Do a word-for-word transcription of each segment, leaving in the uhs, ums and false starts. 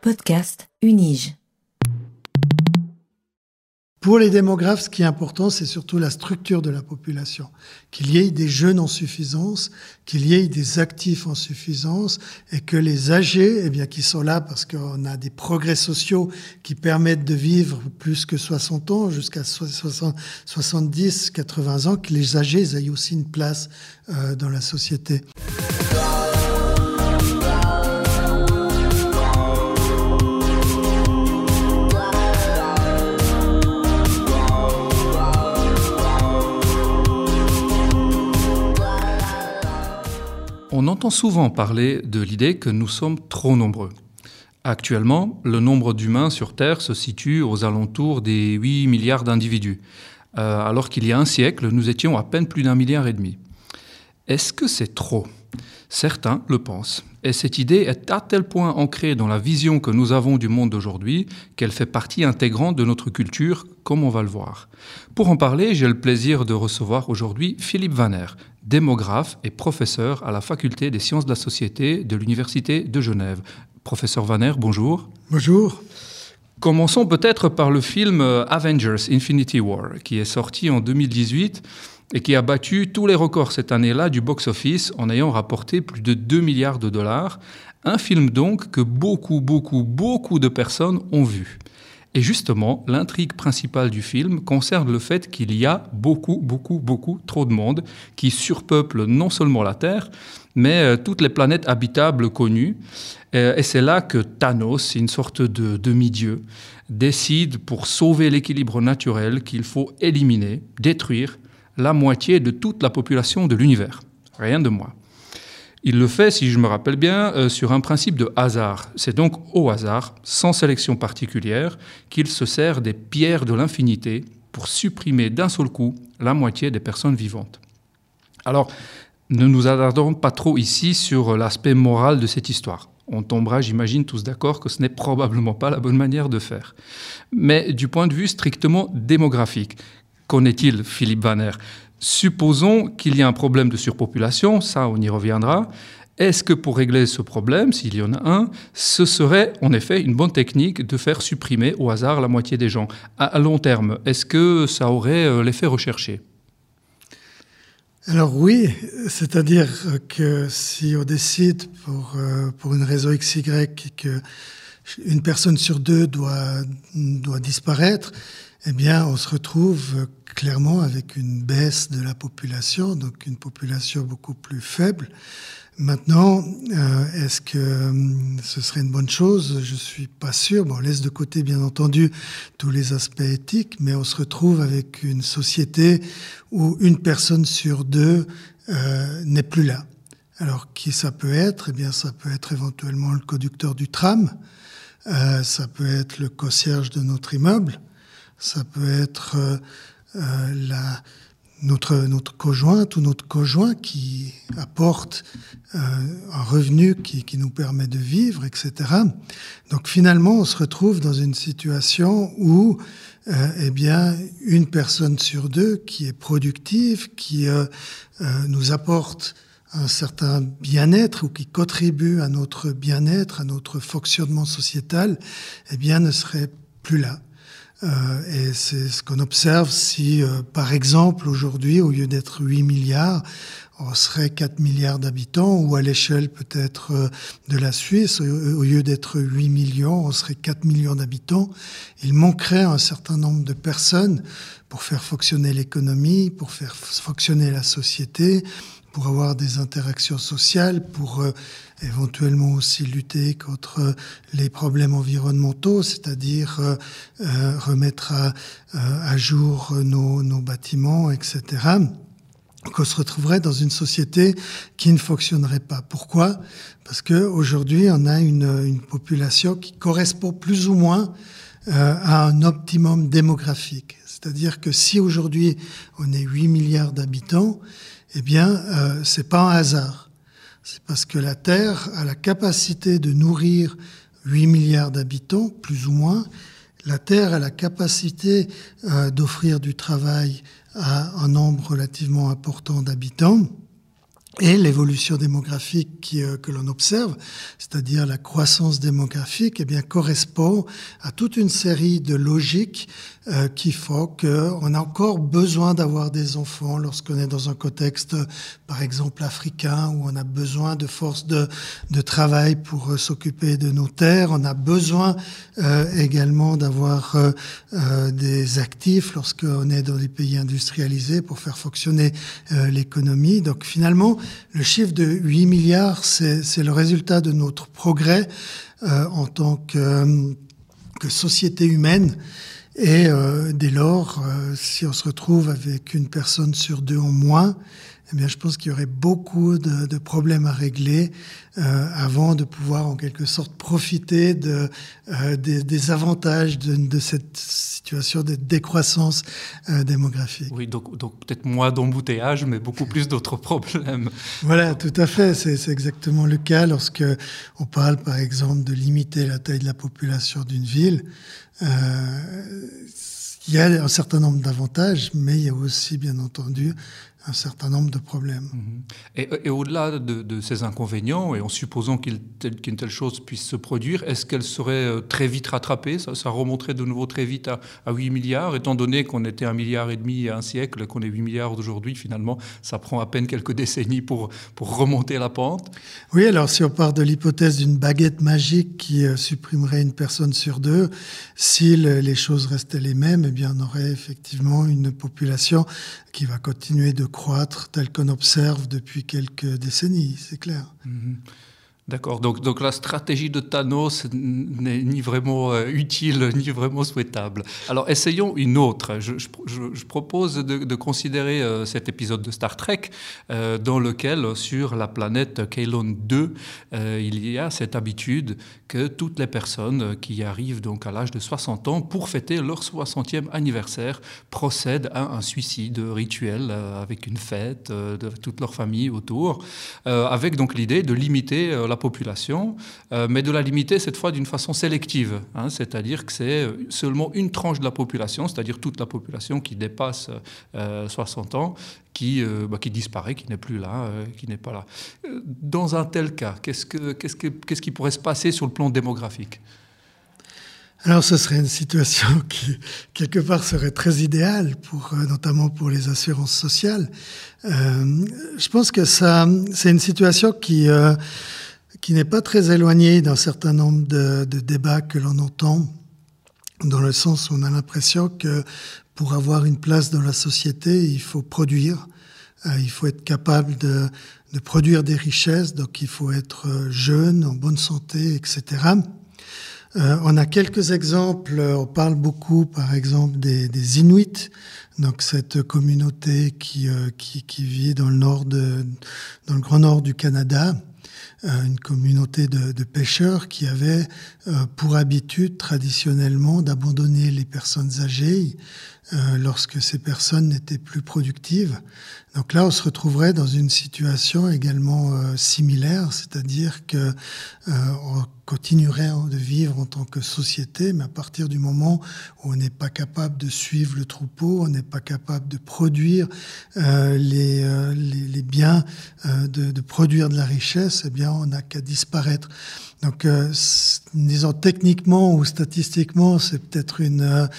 Podcast Unige. Pour les démographes, ce qui est important, c'est surtout la structure de la population. Qu'il y ait des jeunes en suffisance, qu'il y ait des actifs en suffisance, et que les âgés, eh bien, qui sont là parce qu'on a des progrès sociaux qui permettent de vivre plus que soixante ans, jusqu'à soixante-dix, quatre-vingts ans, que les âgés ils aient aussi une place euh, dans la société. On entend souvent parler de l'idée que nous sommes trop nombreux. Actuellement, le nombre d'humains sur Terre se situe aux alentours des huit milliards d'individus, euh, alors qu'il y a un siècle, nous étions à peine plus d'un milliard et demi. Est-ce que c'est trop ? Certains le pensent. Et cette idée est à tel point ancrée dans la vision que nous avons du monde d'aujourd'hui qu'elle fait partie intégrante de notre culture, comme on va le voir. Pour en parler, j'ai le plaisir de recevoir aujourd'hui Philippe Wanner, démographe et professeur à la Faculté des sciences de la société de l'Université de Genève. Professeur Wanner, bonjour. Bonjour. Commençons peut-être par le film Avengers Infinity War, qui est sorti en deux mille dix-huit et qui a battu tous les records cette année-là du box-office en ayant rapporté plus de deux milliards de dollars. Un film donc que beaucoup, beaucoup, beaucoup de personnes ont vu. Et justement, l'intrigue principale du film concerne le fait qu'il y a beaucoup, beaucoup, beaucoup trop de monde qui surpeuple non seulement la Terre, mais euh, toutes les planètes habitables connues. Euh, et c'est là que Thanos, une sorte de demi-dieu, décide pour sauver l'équilibre naturel qu'il faut éliminer, détruire la moitié de toute la population de l'univers. Rien de moins. Il le fait, si je me rappelle bien, euh, sur un principe de hasard. C'est donc au hasard, sans sélection particulière, qu'il se sert des pierres de l'infinité pour supprimer d'un seul coup la moitié des personnes vivantes. Alors, ne nous attardons pas trop ici sur l'aspect moral de cette histoire. On tombera, j'imagine, tous d'accord que ce n'est probablement pas la bonne manière de faire. Mais du point de vue strictement démographique, qu'en est-il, Philippe Wanner ? Supposons qu'il y a un problème de surpopulation, ça on y reviendra. Est-ce que pour régler ce problème, s'il y en a un, ce serait en effet une bonne technique de faire supprimer au hasard la moitié des gens ? À long terme, est-ce que ça aurait l'effet recherché ? Alors oui, c'est-à-dire que si on décide pour, euh, pour une raison X Y qu'une personne sur deux doit, doit disparaître, eh bien on se retrouve clairement avec une baisse de la population, donc une population beaucoup plus faible. Maintenant, euh, est-ce que euh, ce serait une bonne chose ? Je suis pas sûr. Bon, on laisse de côté, bien entendu, tous les aspects éthiques, mais on se retrouve avec une société où une personne sur deux euh, n'est plus là. Alors, qui ça peut être ? Eh bien, ça peut être éventuellement le conducteur du tram, euh, ça peut être le concierge de notre immeuble, ça peut être euh, euh, la... Notre, notre conjointe ou notre conjoint qui apporte euh, un revenu qui, qui nous permet de vivre, et cetera. Donc finalement, on se retrouve dans une situation où euh, eh bien, une personne sur deux qui est productive, qui euh, euh, nous apporte un certain bien-être ou qui contribue à notre bien-être, à notre fonctionnement sociétal, eh bien, ne serait plus là. Euh, et c'est ce qu'on observe si, euh, par exemple, aujourd'hui, au lieu d'être huit milliards, on serait quatre milliards d'habitants, ou à l'échelle peut-être euh, de la Suisse, au, au lieu d'être huit millions, on serait quatre millions d'habitants. Il manquerait un certain nombre de personnes pour faire fonctionner l'économie, pour faire fonctionner la société, pour avoir des interactions sociales, pour euh, éventuellement aussi lutter contre euh, les problèmes environnementaux, c'est-à-dire euh, euh, remettre à, euh, à jour nos, nos bâtiments, et cetera. Donc on se retrouverait dans une société qui ne fonctionnerait pas. Pourquoi ? Parce qu'aujourd'hui, on a une, une population qui correspond plus ou moins euh, à un optimum démographique. C'est-à-dire que si aujourd'hui on est huit milliards d'habitants, eh bien, euh, c'est pas un hasard. C'est parce que la Terre a la capacité de nourrir huit milliards d'habitants, plus ou moins. La Terre a la capacité euh, d'offrir du travail à un nombre relativement important d'habitants. et l'évolution démographique qui, euh, que l'on observe, c'est-à-dire la croissance démographique, eh bien, correspond à toute une série de logiques euh, qui font qu'on a encore besoin d'avoir des enfants lorsqu'on est dans un contexte, par exemple, africain, où on a besoin de forces de, de travail pour euh, s'occuper de nos terres. On a besoin euh, également d'avoir euh, euh, des actifs lorsqu'on est dans des pays industrialisés pour faire fonctionner euh, l'économie. Donc, finalement, le chiffre de huit milliards, c'est, c'est le résultat de notre progrès euh, en tant que, que société humaine. Et euh, dès lors, euh, si on se retrouve avec une personne sur deux en moins, eh bien, je pense qu'il y aurait beaucoup de, de problèmes à régler euh, avant de pouvoir, en quelque sorte, profiter de, euh, des, des avantages de, de cette situation de décroissance euh, démographique. Oui, donc, donc peut-être moins d'embouteillage, mais beaucoup plus d'autres problèmes. Voilà, tout à fait. C'est, c'est exactement le cas lorsque on parle, par exemple, de limiter la taille de la population d'une ville. Euh, il y a un certain nombre d'avantages, mais il y a aussi, bien entendu, un certain nombre de problèmes. Et, et au-delà de, de ces inconvénients, et en supposant qu'il, qu'une telle chose puisse se produire, est-ce qu'elle serait très vite rattrapée ? Ça, ça remonterait de nouveau très vite à, à huit milliards, étant donné qu'on était un milliard et demi il y a un siècle, qu'on est huit milliards d'aujourd'hui, finalement, ça prend à peine quelques décennies pour, pour remonter la pente. Oui, alors si on part de l'hypothèse d'une baguette magique qui euh, supprimerait une personne sur deux, si le, les choses restaient les mêmes, eh bien on aurait effectivement une population qui va continuer de croître tel qu'on observe depuis quelques décennies, c'est clair. Mmh. D'accord, donc, donc la stratégie de Thanos n'est ni vraiment euh, utile, ni vraiment souhaitable. Alors essayons une autre. Je, je, je propose de, de considérer euh, cet épisode de Star Trek euh, dans lequel, sur la planète Kaylon deux, euh, il y a cette habitude que toutes les personnes qui arrivent donc à l'âge de soixante ans pour fêter leur soixantième anniversaire procèdent à un suicide rituel euh, avec une fête euh, de toute leur famille autour, euh, avec donc l'idée de limiter euh, la population, euh, mais de la limiter cette fois d'une façon sélective, hein, c'est-à-dire que c'est seulement une tranche de la population, c'est-à-dire toute la population qui dépasse euh, soixante ans, qui, euh, bah, qui disparaît, qui n'est plus là, euh, qui n'est pas là. Dans un tel cas, qu'est-ce, que, qu'est-ce, que, qu'est-ce qui pourrait se passer sur le plan démographique ? Alors, ce serait une situation qui, quelque part, serait très idéale, pour, notamment pour les assurances sociales. Euh, je pense que ça, c'est une situation qui... Euh, qui n'est pas très éloigné d'un certain nombre de, de débats que l'on entend, dans le sens où on a l'impression que pour avoir une place dans la société, il faut produire, euh, il faut être capable de, de produire des richesses, donc il faut être jeune, en bonne santé, et cetera. Euh, on a quelques exemples, on parle beaucoup par exemple des, des Inuits, donc cette communauté qui, euh, qui, qui vit dans le, nord de, dans le grand nord du Canada, une communauté de, de pêcheurs qui avait euh, pour habitude traditionnellement d'abandonner les personnes âgées euh, lorsque ces personnes n'étaient plus productives. Donc là, on se retrouverait dans une situation également euh, similaire, c'est-à-dire que euh, on continuerait de vivre en tant que société, mais à partir du moment où on n'est pas capable de suivre le troupeau, on n'est pas capable de produire euh, les, euh, les, les biens, euh, de, de produire de la richesse, eh bien, on n'a qu'à disparaître. Donc, euh, disons techniquement ou statistiquement, c'est peut-être une euh,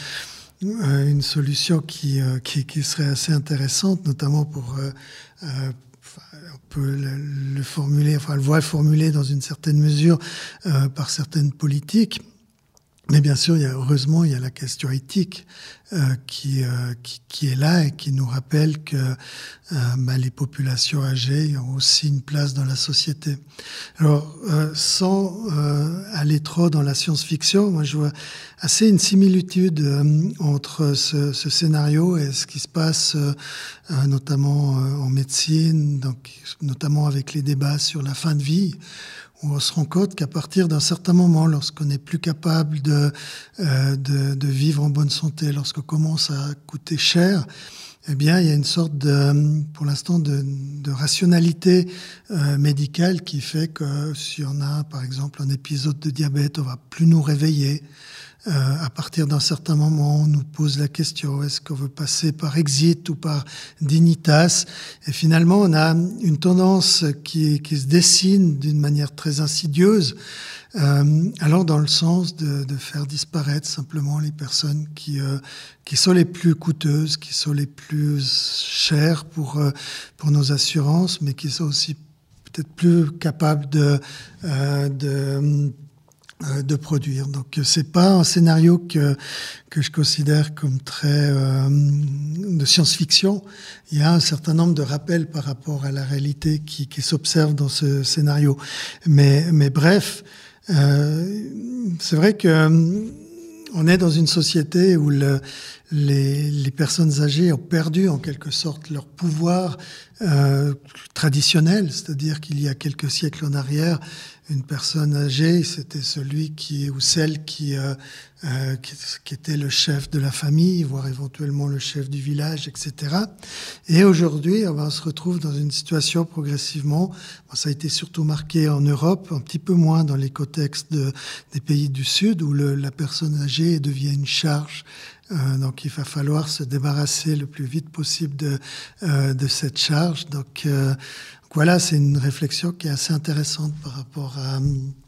une solution qui, euh, qui, qui serait assez intéressante, notamment pour, euh, euh, on peut le, le formuler, enfin le voir formulé dans une certaine mesure euh, par certaines politiques. Mais bien sûr, il y a, heureusement, il y a la question éthique euh, qui, euh, qui, qui est là et qui nous rappelle que euh, bah, les populations âgées ont aussi une place dans la société. Alors, euh, sans euh, aller trop dans la science-fiction, moi je vois assez une similitude euh, entre ce, ce scénario et ce qui se passe euh, notamment euh, en médecine, donc, notamment avec les débats sur la fin de vie, où on se rend compte qu'à partir d'un certain moment, lorsqu'on n'est plus capable de, euh, de, de vivre en bonne santé, lorsqu'on commence à coûter cher, eh bien, il y a une sorte de, pour l'instant, de, de rationalité euh, médicale qui fait que si on a, par exemple, un épisode de diabète, on va plus nous réveiller. euh, à partir d'un certain moment, on nous pose la question, est-ce qu'on veut passer par Exit ou par Dignitas? Et finalement, on a une tendance qui, qui se dessine d'une manière très insidieuse, euh, allant dans le sens de, de faire disparaître simplement les personnes qui, euh, qui sont les plus coûteuses, qui sont les plus chères pour, euh, pour nos assurances, mais qui sont aussi peut-être plus capables de, euh, de, euh, de produire. Donc c'est pas un scénario que, que je considère comme très euh, de science-fiction. Il y a un certain nombre de rappels par rapport à la réalité qui, qui s'observent dans ce scénario. Mais, mais bref, Euh, c'est vrai que euh, on est dans une société où le, les, les personnes âgées ont perdu en quelque sorte leur pouvoir euh, traditionnel, c'est-à-dire qu'il y a quelques siècles en arrière, une personne âgée, c'était celui qui ou celle qui, euh, euh, qui, qui était le chef de la famille, voire éventuellement le chef du village, et cetera. Et aujourd'hui, on se retrouve dans une situation progressivement, bon, ça a été surtout marqué en Europe, un petit peu moins dans les contextes de, des pays du Sud, où le, la personne âgée devient une charge. Euh, donc il va falloir se débarrasser le plus vite possible de, euh, de cette charge. Donc euh, voilà, c'est une réflexion qui est assez intéressante par rapport à,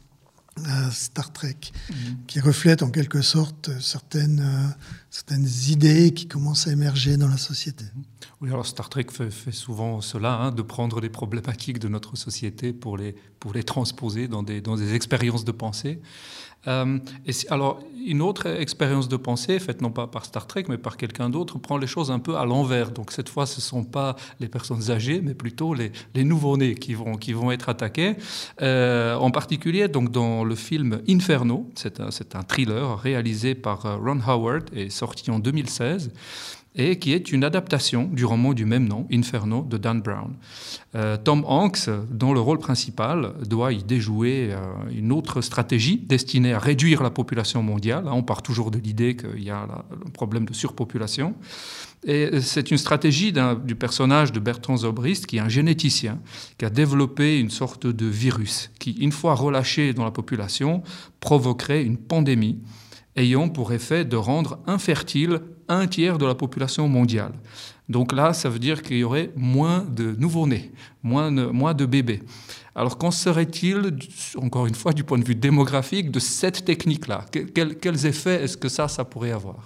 à Star Trek, mmh. qui reflète en quelque sorte certaines, euh, certaines idées qui commencent à émerger dans la société. Oui, alors Star Trek fait, fait souvent cela, hein, de prendre des problématiques de notre société pour les, pour les transposer dans des, dans des expériences de pensée. Euh, et si, alors, une autre expérience de pensée, faite non pas par Star Trek, mais par quelqu'un d'autre, prend les choses un peu à l'envers. Donc, cette fois, ce ne sont pas les personnes âgées, mais plutôt les, les nouveau-nés qui vont, qui vont être attaqués. Euh, en particulier, donc, dans le film Inferno, c'est un, c'est un thriller réalisé par Ron Howard et sorti en deux mille seize. Et qui est une adaptation du roman du même nom, Inferno, de Dan Brown. Euh, Tom Hanks, dans le rôle principal, doit y déjouer euh, une autre stratégie destinée à réduire la population mondiale. On part toujours de l'idée qu'il y a la, le problème de surpopulation. Et c'est une stratégie d'un, du personnage de Bertrand Zobrist, qui est un généticien, qui a développé une sorte de virus qui, une fois relâché dans la population, provoquerait une pandémie ayant pour effet de rendre infertile un tiers de la population mondiale. Donc là, ça veut dire qu'il y aurait moins de nouveau-nés, moins de, moins de bébés. Alors qu'en serait-il, encore une fois, du point de vue démographique, de cette technique-là? Quels, quels effets est-ce que ça, ça pourrait avoir?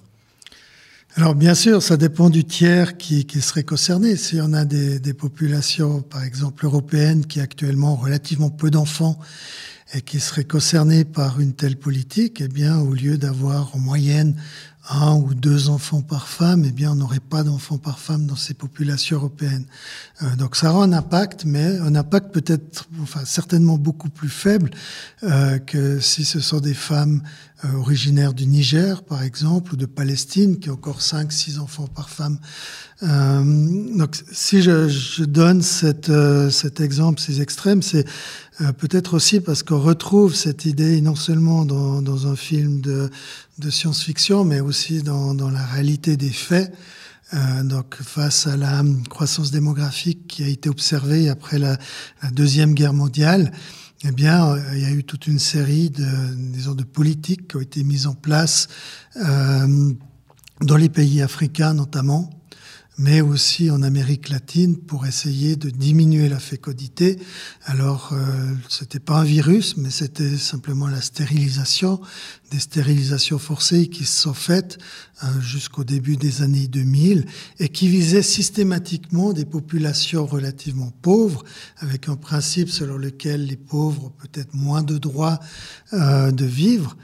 Alors bien sûr, ça dépend du tiers qui, qui serait concerné. Si on a des, des populations, par exemple européennes, qui actuellement ont relativement peu d'enfants, et qui seraient concernés par une telle politique, eh bien, au lieu d'avoir en moyenne un ou deux enfants par femme, eh bien, on n'aurait pas d'enfants par femme dans ces populations européennes. Euh, donc, ça aura un impact, mais un impact peut-être, enfin, certainement beaucoup plus faible euh, que si ce sont des femmes euh, originaires du Niger, par exemple, ou de Palestine, qui ont encore cinq, six enfants par femme. Euh, donc, si je, je donne cette, euh, cet exemple, ces extrêmes, c'est euh, peut-être aussi parce qu'on retrouve cette idée non seulement dans, dans un film de, de science-fiction, mais aussi dans, dans la réalité des faits. Euh, donc, face à la croissance démographique qui a été observée après la, la Deuxième Guerre mondiale, eh bien, euh, il y a eu toute une série de, disons, de politiques qui ont été mises en place euh, dans les pays africains notamment, mais aussi en Amérique latine pour essayer de diminuer la fécondité. Alors, euh, c'était pas un virus, mais c'était simplement la stérilisation, des stérilisations forcées qui se sont faites euh, jusqu'au début des années deux mille et qui visaient systématiquement des populations relativement pauvres, avec un principe selon lequel les pauvres ont peut-être moins de droits euh, de vivre,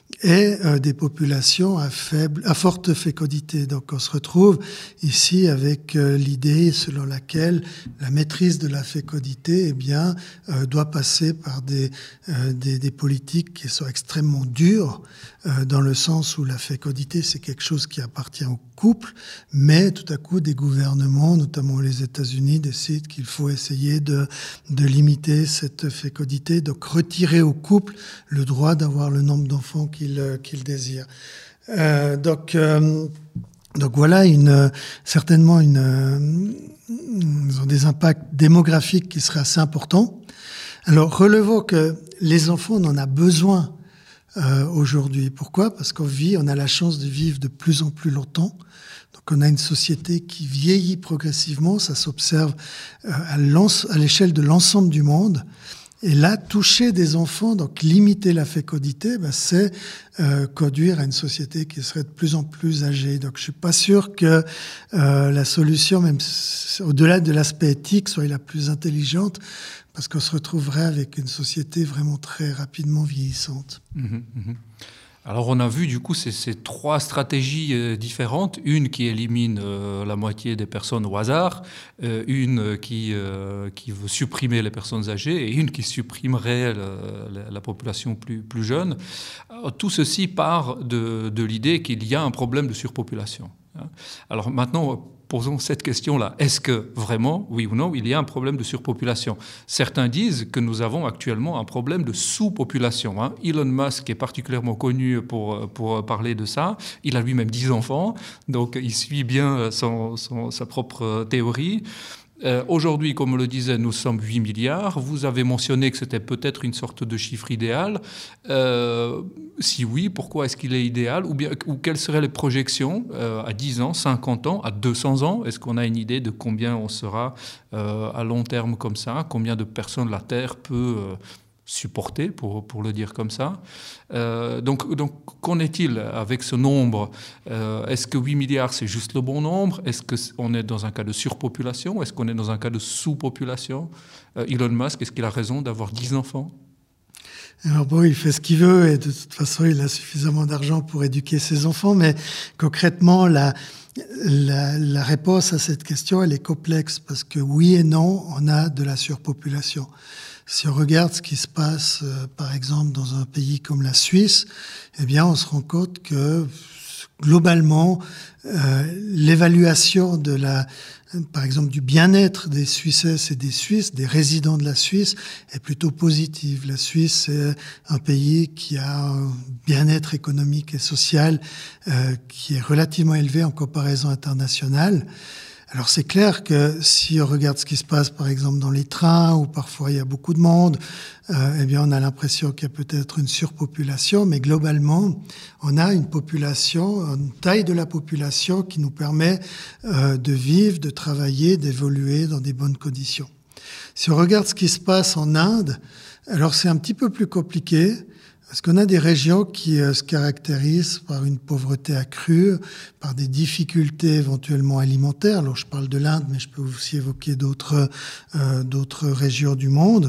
et euh, des populations à faible, à forte fécondité. Donc on se retrouve ici avec euh, l'idée selon laquelle la maîtrise de la fécondité, eh bien, euh, doit passer par des, euh, des, des politiques qui sont extrêmement dures, euh, dans le sens où la fécondité, c'est quelque chose qui appartient au couple, mais tout à coup, des gouvernements, notamment les États-Unis, décident qu'il faut essayer de, de limiter cette fécondité, donc retirer au couple le droit d'avoir le nombre d'enfants qu'il, qu'il désire. Euh, donc, euh, donc voilà une, certainement une, ils ont des impacts démographiques qui seraient assez importants. Alors relevons que les enfants, on en a besoin euh, aujourd'hui. Pourquoi ? Parce qu'on vit, on a la chance de vivre de plus en plus longtemps. Donc on a une société qui vieillit progressivement, ça s'observe euh, à, à l'échelle de l'ensemble du monde. Et là, toucher des enfants, donc limiter la fécondité, ben, c'est euh, conduire à une société qui serait de plus en plus âgée. Donc je suis pas sûr que euh, la solution, même au-delà de l'aspect éthique, soit la plus intelligente, parce qu'on se retrouverait avec une société vraiment très rapidement vieillissante. Mmh, mmh. Alors on a vu du coup ces, ces trois stratégies euh, différentes, une qui élimine euh, la moitié des personnes au hasard, euh, une qui, euh, qui veut supprimer les personnes âgées et une qui supprimerait le, la, la population plus, plus jeune. Alors, tout ceci part de, de l'idée qu'il y a un problème de surpopulation. Alors maintenant, posons cette question-là. Est-ce que vraiment, oui ou non, il y a un problème de surpopulation ? Certains disent que nous avons actuellement un problème de sous-population. Hein. Elon Musk est particulièrement connu pour, pour parler de ça. Il a lui-même dix enfants, donc il suit bien son, son, sa propre théorie. Euh, aujourd'hui, comme on le disait, nous sommes huit milliards. Vous avez mentionné que c'était peut-être une sorte de chiffre idéal. Euh, si oui, pourquoi est-ce qu'il est idéal ? Ou bien, ou quelles seraient les projections euh, à dix ans, cinquante ans, à deux cents ans ? Est-ce qu'on a une idée de combien on sera euh, à long terme comme ça ? Combien de personnes la Terre peut euh, supporter, pour, pour le dire comme ça. Euh, donc, donc, qu'en est-il avec ce nombre ? euh, Est-ce que huit milliards, c'est juste le bon nombre ? Est-ce qu'on est dans un cas de surpopulation ? Est-ce qu'on est dans un cas de sous-population ? euh, Elon Musk, est-ce qu'il a raison d'avoir dix enfants ? Alors bon, il fait ce qu'il veut et de toute façon, il a suffisamment d'argent pour éduquer ses enfants, mais concrètement, la, la, la réponse à cette question, elle est complexe parce que oui et non, on a de la surpopulation. Si on regarde ce qui se passe, euh, par exemple, dans un pays comme la Suisse, eh bien, on se rend compte que globalement, euh, l'évaluation de la, par exemple, du bien-être des Suissesses et des Suisses, des résidents de la Suisse, est plutôt positive. La Suisse, c'est un pays qui a un bien-être économique et social euh, qui est relativement élevé en comparaison internationale. Alors c'est clair que si on regarde ce qui se passe par exemple dans les trains où parfois il y a beaucoup de monde, euh, eh bien on a l'impression qu'il y a peut-être une surpopulation, mais globalement on a une population, une taille de la population qui nous permet euh, de vivre, de travailler, d'évoluer dans des bonnes conditions. Si on regarde ce qui se passe en Inde, alors c'est un petit peu plus compliqué. Parce qu'on a des régions qui euh, se caractérisent par une pauvreté accrue, par des difficultés éventuellement alimentaires. Alors je parle de l'Inde, mais je peux aussi évoquer d'autres, euh, d'autres régions du monde,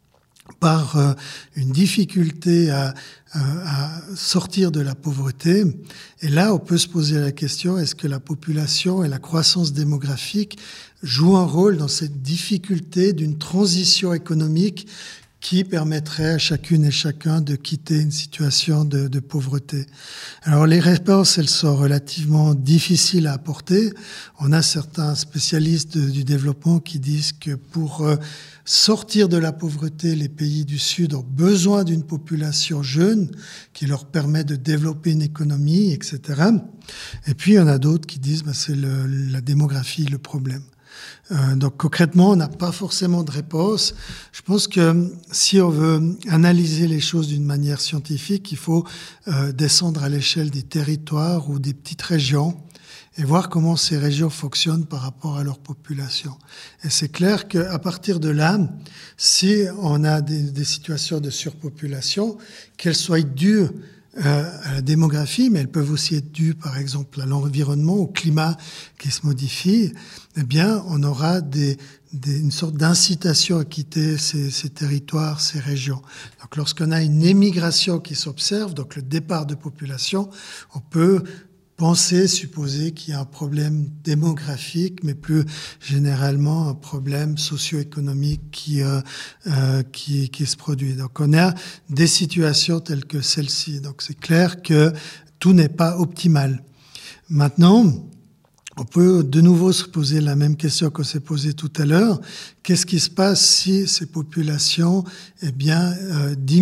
par euh, une difficulté à, à, à sortir de la pauvreté. Et là, on peut se poser la question, est-ce que la population et la croissance démographique jouent un rôle dans cette difficulté d'une transition économique qui permettrait à chacune et chacun de quitter une situation de, de pauvreté. Alors les réponses, elles sont relativement difficiles à apporter. On a certains spécialistes de, du développement qui disent que pour euh, sortir de la pauvreté, les pays du Sud ont besoin d'une population jeune qui leur permet de développer une économie, et cetera. Et puis il y en a d'autres qui disent que bah, c'est le, la démographie le problème. Euh, donc concrètement, on n'a pas forcément de réponse. Je pense que si on veut analyser les choses d'une manière scientifique, il faut euh, descendre à l'échelle des territoires ou des petites régions et voir comment ces régions fonctionnent par rapport à leur population. Et c'est clair qu'à partir de là, si on a des, des situations de surpopulation, qu'elles soient dues Euh, à la démographie, mais elles peuvent aussi être dues, par exemple, à l'environnement, au climat qui se modifie, eh bien, on aura des, des, une sorte d'incitation à quitter ces, ces territoires, ces régions. Donc, lorsqu'on a une émigration qui s'observe, donc le départ de population, on peut penser, supposer qu'il y a un problème démographique, mais plus généralement un problème socio-économique qui, euh, euh, qui, qui se produit. Donc on a des situations telles que celle-ci. Donc c'est clair que tout n'est pas optimal. Maintenant, on peut de nouveau se poser la même question qu'on s'est posée tout à l'heure. Qu'est-ce qui se passe si ces populations, eh bien, euh, diminuent ?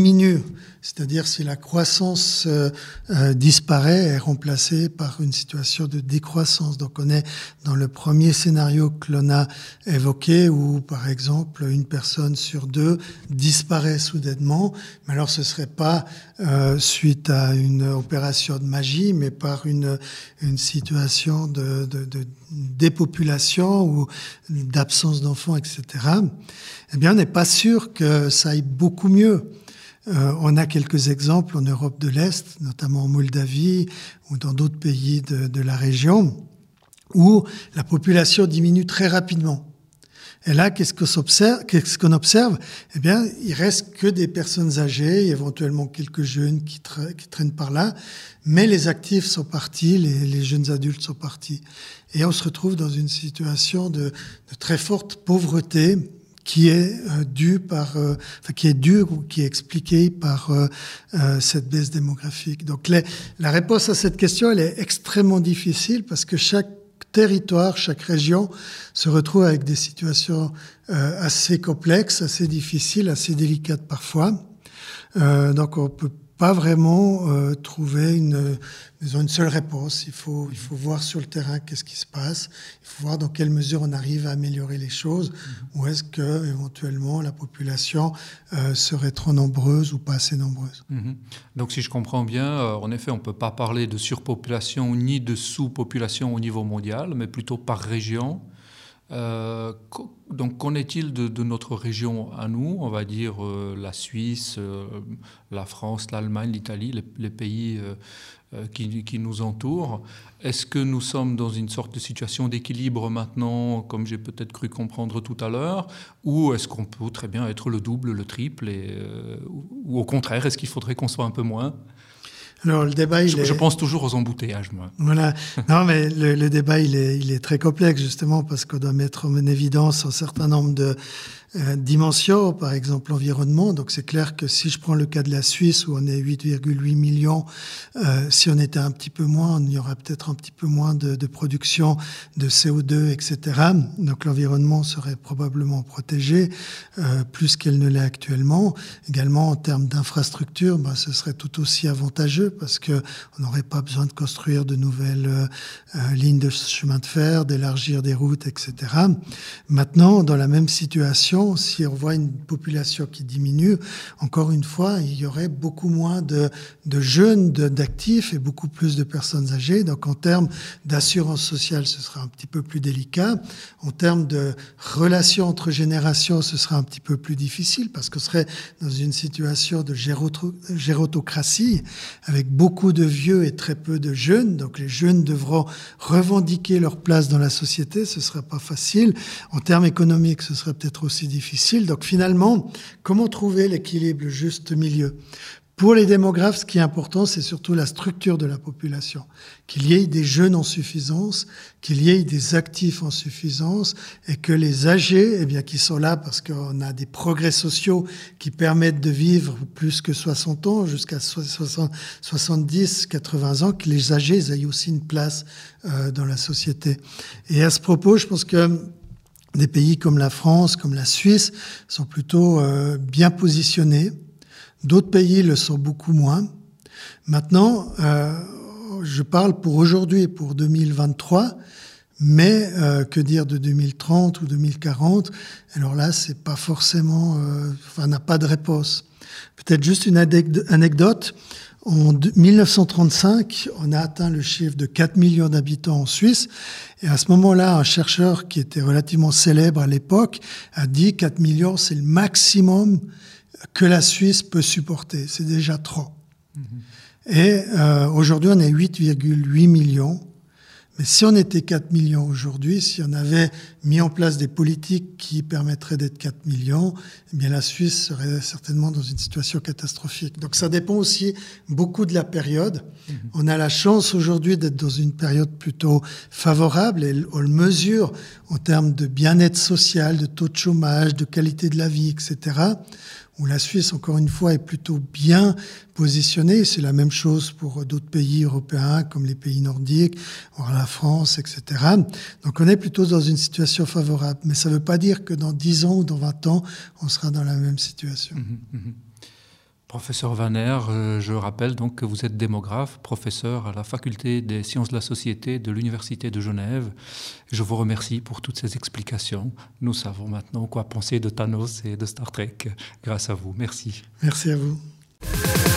c'est-à-dire si la croissance euh, euh, disparaît, est remplacée par une situation de décroissance. Donc on est dans le premier scénario que l'on a évoqué, où par exemple une personne sur deux disparaît soudainement, mais alors ce serait pas euh, suite à une opération de magie, mais par une, une situation de, de, de dépopulation ou d'absence d'enfants, et cetera. Eh bien, on n'est pas sûr que ça aille beaucoup mieux. Euh, on a quelques exemples en Europe de l'Est, notamment en Moldavie ou dans d'autres pays de, de la région, où la population diminue très rapidement. Et là, qu'est-ce qu'on observe, qu'est-ce qu'on observe? Eh bien, il reste que des personnes âgées, éventuellement quelques jeunes qui, tra- qui traînent par là, mais les actifs sont partis, les, les jeunes adultes sont partis. Et on se retrouve dans une situation de, de très forte pauvreté, qui est euh, due par, euh, enfin qui est due ou qui est expliquée par euh, euh, cette baisse démographique. Donc les, la réponse à cette question, elle est extrêmement difficile parce que chaque territoire, chaque région se retrouve avec des situations euh, assez complexes, assez difficiles, assez délicates parfois. Euh, donc on peut pas vraiment euh, trouver une, disons une seule réponse. Il faut, il faut voir sur le terrain qu'est-ce qui se passe. Il faut voir dans quelle mesure on arrive à améliorer les choses. Mmh. Ou est-ce que éventuellement la population euh, serait trop nombreuse ou pas assez nombreuse. Mmh. Donc si je comprends bien, euh, en effet, on ne peut pas parler de surpopulation ni de sous-population au niveau mondial, mais plutôt par région. Euh, donc, qu'en est-il de, de notre région à nous, on va dire euh, la Suisse, euh, la France, l'Allemagne, l'Italie, les, les pays euh, qui, qui nous entourent? Est-ce que nous sommes dans une sorte de situation d'équilibre maintenant, comme j'ai peut-être cru comprendre tout à l'heure, ou est-ce qu'on peut très bien être le double, le triple, et, euh, ou au contraire, est-ce qu'il faudrait qu'on soit un peu moins? Alors, le débat, il je, est... je pense toujours aux embouteillages, moi. Voilà. Non, mais le, le débat, il est, il est très complexe, justement, parce qu'on doit mettre en évidence un certain nombre de euh, dimensions, par exemple l'environnement. Donc, c'est clair que si je prends le cas de la Suisse, où on est huit virgule huit millions, euh, si on était un petit peu moins, on y aurait peut-être un petit peu moins de, de production de C O deux, et cetera. Donc, l'environnement serait probablement protégé, euh, plus qu'elle ne l'est actuellement. Également, en termes d'infrastructure, ben, ce serait tout aussi avantageux, parce que on n'aurait pas besoin de construire de nouvelles euh, lignes de chemin de fer, d'élargir des routes, et cetera. Maintenant, dans la même situation, si on voit une population qui diminue, encore une fois, il y aurait beaucoup moins de, de jeunes, de, d'actifs et beaucoup plus de personnes âgées. Donc, en termes d'assurance sociale, ce sera un petit peu plus délicat. En termes de relations entre générations, ce sera un petit peu plus difficile parce qu'on serait dans une situation de géroto- gérotocratie avec beaucoup de vieux et très peu de jeunes. Donc, les jeunes devront revendiquer leur place dans la société. Ce ne sera pas facile. En termes économiques, ce serait peut-être aussi difficile. Donc, finalement, comment trouver l'équilibre, le juste milieu? Pour les démographes, ce qui est important, c'est surtout la structure de la population. Qu'il y ait des jeunes en suffisance, qu'il y ait des actifs en suffisance, et que les âgés, eh bien, qui sont là parce qu'on a des progrès sociaux qui permettent de vivre plus que soixante ans, jusqu'à soixante, soixante-dix, quatre-vingts ans, que les âgés aient aussi une place euh, dans la société. Et à ce propos, je pense que des pays comme la France, comme la Suisse, sont plutôt euh, bien positionnés. D'autres pays le sont beaucoup moins. Maintenant, euh, je parle pour aujourd'hui, pour deux mille vingt-trois, mais euh, que dire de deux mille trente ou deux mille quarante? Alors là, c'est pas forcément, euh, enfin, on n'a pas de réponse. Peut-être juste une anecdote. En dix-neuf cent trente-cinq, on a atteint le chiffre de quatre millions d'habitants en Suisse. Et à ce moment-là, un chercheur qui était relativement célèbre à l'époque a dit quatre millions, c'est le maximum que la Suisse peut supporter. C'est déjà trop. Mmh. Et euh, aujourd'hui, on est huit virgule huit millions. Mais si on était quatre millions aujourd'hui, si on avait mis en place des politiques qui permettraient d'être quatre millions, eh bien la Suisse serait certainement dans une situation catastrophique. Donc ça dépend aussi beaucoup de la période. Mmh. On a la chance aujourd'hui d'être dans une période plutôt favorable et on le mesure en termes de bien-être social, de taux de chômage, de qualité de la vie, et cetera, où la Suisse, encore une fois, est plutôt bien positionnée. C'est la même chose pour d'autres pays européens, comme les pays nordiques, voire la France, et cetera. Donc on est plutôt dans une situation favorable. Mais ça ne veut pas dire que dans dix ans ou dans vingt ans, on sera dans la même situation. Mmh, mmh. Professeur Vanner, euh, je rappelle donc que vous êtes démographe, professeur à la faculté des sciences de la société de l'Université de Genève. Je vous remercie pour toutes ces explications. Nous savons maintenant quoi penser de Thanos et de Star Trek grâce à vous. Merci. Merci à vous.